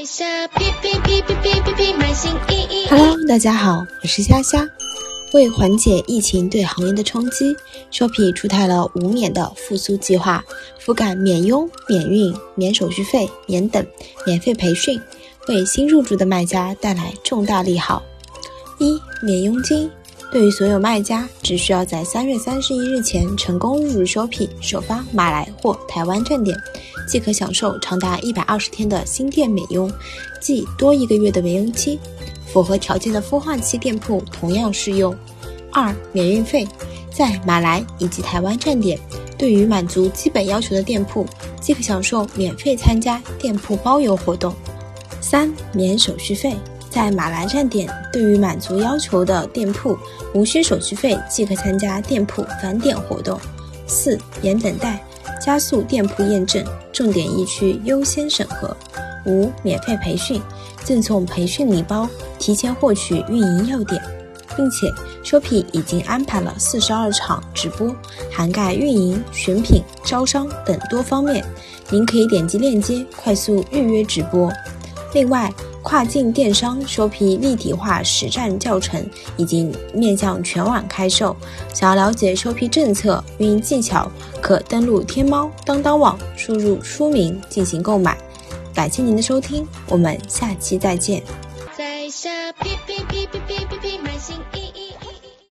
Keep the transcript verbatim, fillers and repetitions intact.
Hello， 大家好，我是虾虾。为缓解疫情对行业的冲击 ，Shopee 出台了无免的复苏计划，覆盖免佣、免运、免手续费、免等，免费培训，为新入驻的卖家带来重大利好。一、免佣金。对于所有卖家，只需要在三月三十一日前成功入驻 Shopee 首发马来或台湾站点，即可享受长达一百二十天的新店免佣，即多一个月的免佣期。符合条件的孵化期店铺同样适用。二、免运费。在马来以及台湾站点，对于满足基本要求的店铺，即可享受免费参加店铺包邮活动。三、免手续费。在马来站点，对于满足要求的店铺，无需手续费即可参加店铺返点活动。四、免等待，加速店铺验证，重点疫区优先审核。五、免费培训，赠送培训礼包，提前获取运营要点，并且 Shopee 已经安排了四十二场直播，涵盖运营、选品、招商等多方面，您可以点击链接快速预约直播。另外，跨境电商 Shopee 立体化实战教程已经面向全网开售，想要了解 Shopee 政策、运营技巧，可登录天猫、当当网，输入书名进行购买。感谢您的收听，我们下期再见。在下皮皮皮皮皮皮皮，满心意意。